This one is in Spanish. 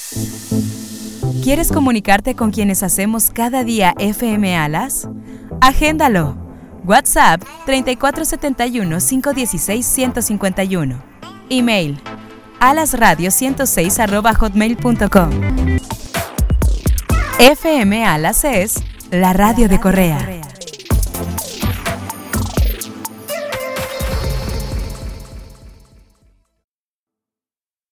¿Quieres comunicarte con quienes hacemos cada día FM Alas? Agéndalo. WhatsApp 3471-516-151. Email alasradio106@hotmail.com. FM Alas es la radio de Correa.